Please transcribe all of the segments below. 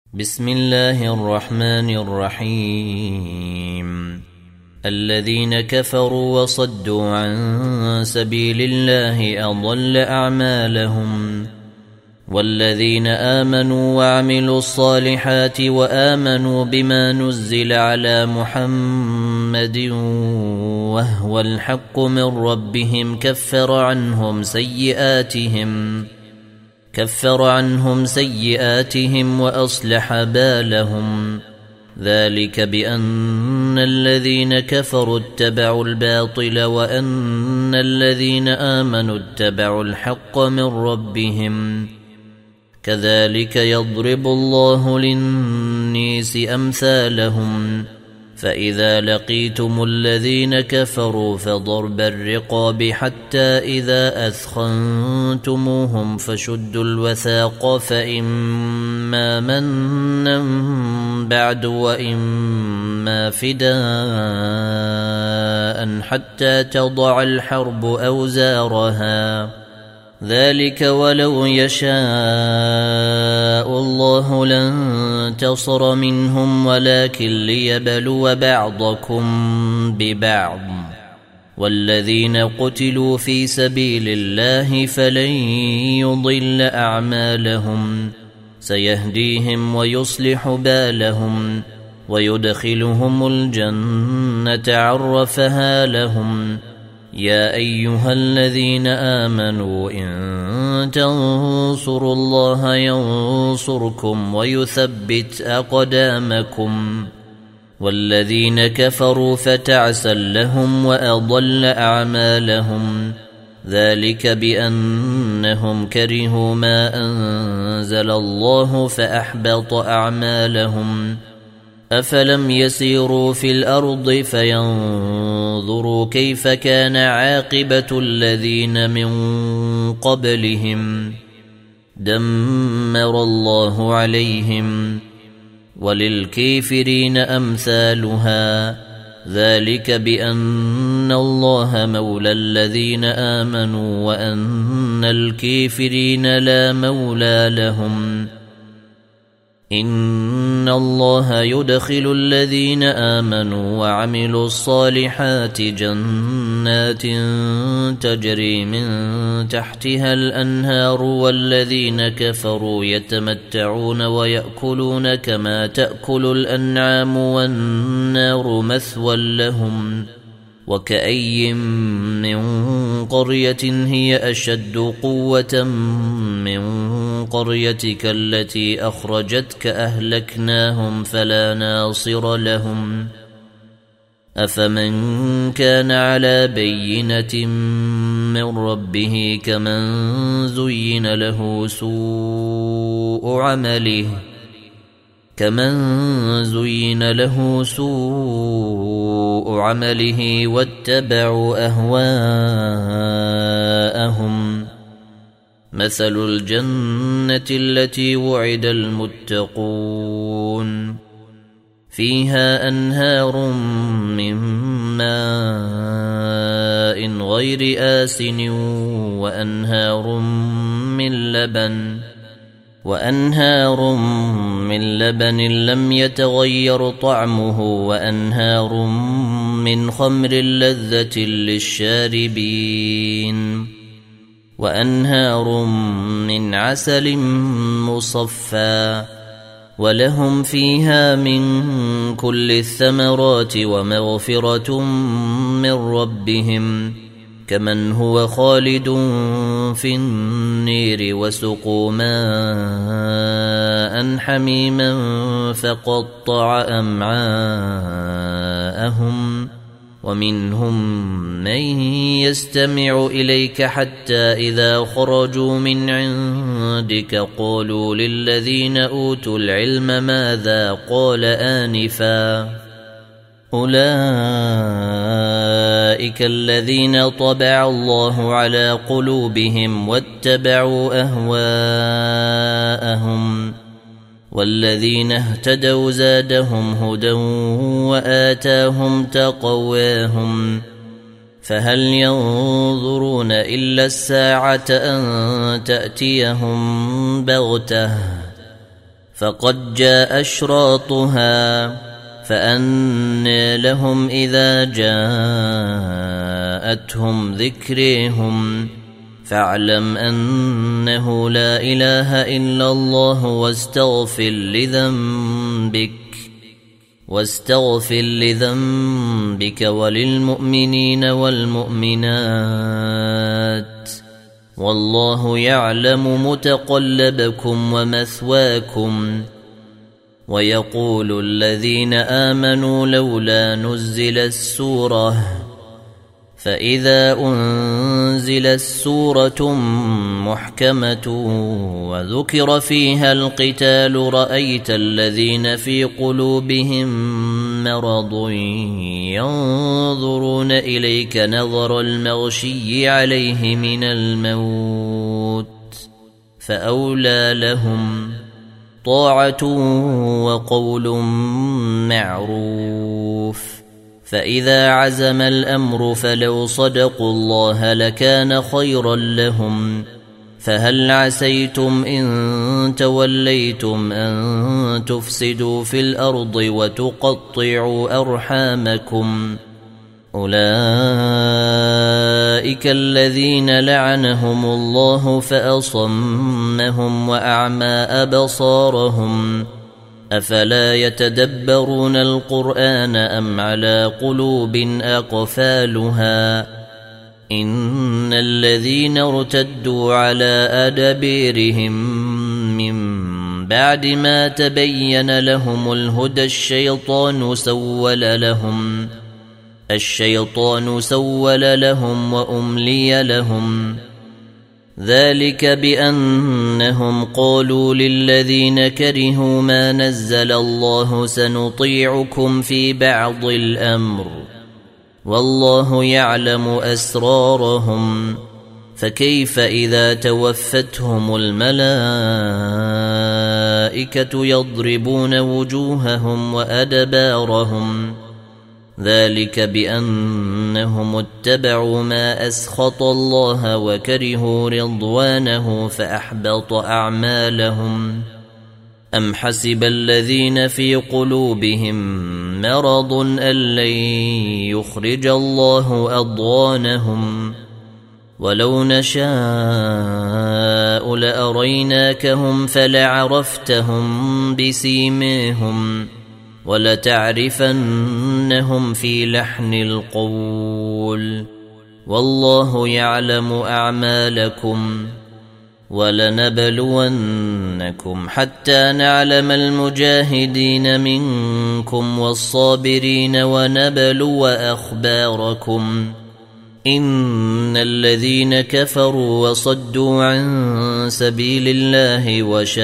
بسم الله الرحمن الرحيم. الذين كفروا وصدوا عن سبيل الله أضل أعمالهم، والذين آمنوا وعملوا الصالحات وآمنوا بما نزل على محمد وهو الحق من ربهم كفر عنهم سيئاتهم وأصلح بالهم. ذلك بأن الذين كفروا اتبعوا الباطل وأن الذين آمنوا اتبعوا الحق من ربهم. كذلك يضرب الله للناس أمثالهم. فإذا لقيتم الذين كفروا فضرب الرقاب حتى إذا أثخنتموهم فشدوا الوثاق، فإما منا بعد وإما فداء حتى تضع الحرب أوزارها. ذلك ولو يشاء الله لانتصر منهم ولكن ليبلو بعضكم ببعض. والذين قتلوا في سبيل الله فلن يضل أعمالهم، سيهديهم ويصلح بالهم ويدخلهم الجنة عرفها لهم. يا أيها الذين آمنوا إن تنصروا الله ينصركم ويثبت أقدامكم. والذين كفروا فتعسا لهم وأضل أعمالهم. ذلك بأنهم كرهوا ما أنزل الله فأحبط أعمالهم. أفلم يسيروا في الأرض فينظروا كيف كان عاقبة الذين من قبلهم. دمر الله عليهم وللكافرين أمثالها. ذلك بأن الله مولى الذين آمنوا وأن الكافرين لا مولى لهم. إن الله يدخل الذين آمنوا وعملوا الصالحات جنات تجري من تحتها الأنهار، والذين كفروا يتمتعون ويأكلون كما تأكل الأنعام والنار مثوى لهم. وكأي من قرية هي أشد قوة من قريتك التي أخرجتك أهلكناهم فلا ناصر لهم. أفمن كان على بينة من ربه كمن زين له سوء عمله واتبعوا أهواءهم. مثل الجنة التي وعد المتقون فيها أنهار من ماء غير آسن وأنهار من لبن لم يتغير طعمه وأنهار من خمر لذة للشاربين وأنهار من عسل مصفى. ولهم فيها من كل الثمرات ومغفرة من ربهم كمن هو خالد في النير وسقوا ماء حميما فقطع أمعاءهم. ومنهم من يستمع إليك حتى إذا خرجوا من عندك قالوا للذين أوتوا العلم ماذا قال آنفا. أولئك الذين طبع الله على قلوبهم واتبعوا أهواءهم. والذين اهتدوا زادهم هدى وآتاهم تقواهم. فهل ينظرون إلا الساعة أن تأتيهم بغتة فقد جاء أشراطها فأنى لهم إذا جاءتهم ذكرهم فاعلم أنه لا إله إلا الله واستغفر لذنبك وللمؤمنين والمؤمنات والله يعلم متقلبكم ومثواكم. ويقول الذين آمنوا لولا نزلت سورة فإذا أنزلت سورة محكمة وذكر فيها القتال رأيت الذين في قلوبهم مرض ينظرون إليك نظر المغشي عليه من الموت فأولى لهم طاعة وقول معروف. فإذا عزم الأمر فلو صدقوا الله لكان خيرا لهم. فهل عسيتم إن توليتم أن تفسدوا في الأرض وتقطعوا أرحامكم أولئك الذين لعنهم الله فأصمهم وأعمى أبصارهم أفلا يتدبرون القرآن أم على قلوب أقفالها إن الذين ارتدوا على أدبيرهم من بعد ما تبين لهم الهدى الشيطان سول لهم وأملي لهم ذلك بأنهم قالوا للذين كرهوا ما نزل الله سنطيعكم في بعض الأمر والله يعلم أسرارهم فكيف إذا توفتهم الملائكة يضربون وجوههم وأدبارهم ذلك بأنهم اتبعوا ما أسخط الله وكرهوا رضوانه فأحبط أعمالهم. أم حسب الذين في قلوبهم مرض أن لن يخرج الله أضغانهم ولو نشاء لأريناكهم فلعرفتهم بسيماهم ولتعرفنهم في لحن القول والله يعلم أعمالكم. ولنبلونكم حتى نعلم المجاهدين منكم والصابرين ونبلو أخباركم إن الذين كفروا وصدوا عن سبيل الله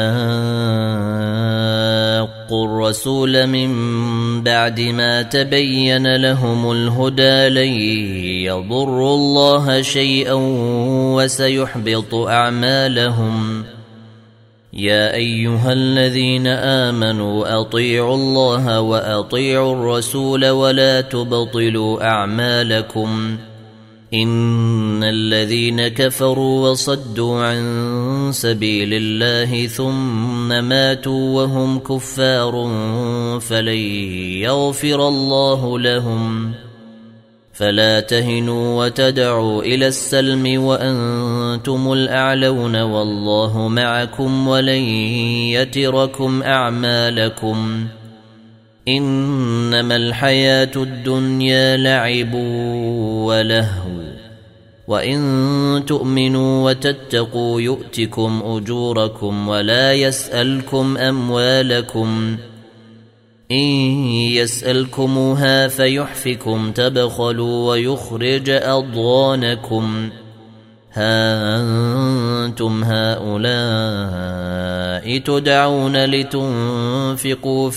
وشاقوا الرسول من بعد ما تبين لهم الهدى لن يضروا الله شيئا وسيحبط أعمالهم. يا أيها الذين آمنوا أطيعوا الله وأطيعوا الرسول ولا تبطلوا أعمالكم إن الذين كفروا وصدوا عن سبيل الله ثم ماتوا وهم كفار فلن يغفر الله لهم. فلا تهنوا وتدعوا إلى السلم وأنتم الأعلون والله معكم ولن يتركم أعمالكم. إنما الحياة الدنيا لعب ولهو وإن تؤمنوا وتتقوا يؤتكم أجوركم ولا يسألكم أموالكم إن يسألكموها فيحفكم تبخلوا ويخرج أضغانكم. ها أنتم هؤلاء تدعون لتنفقوا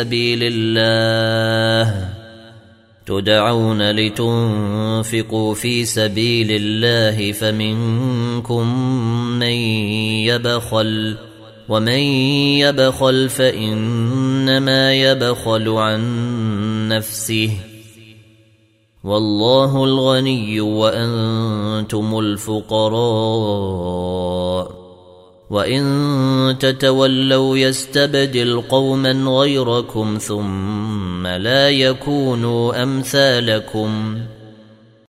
في سبيل الله فمنكم من يبخل ومن يبخل فإنما يبخل عن نفسه والله الغني وأنتم الفقراء وإن تتولوا يستبدل قوما غيركم ثم لا يكونوا أمثالكم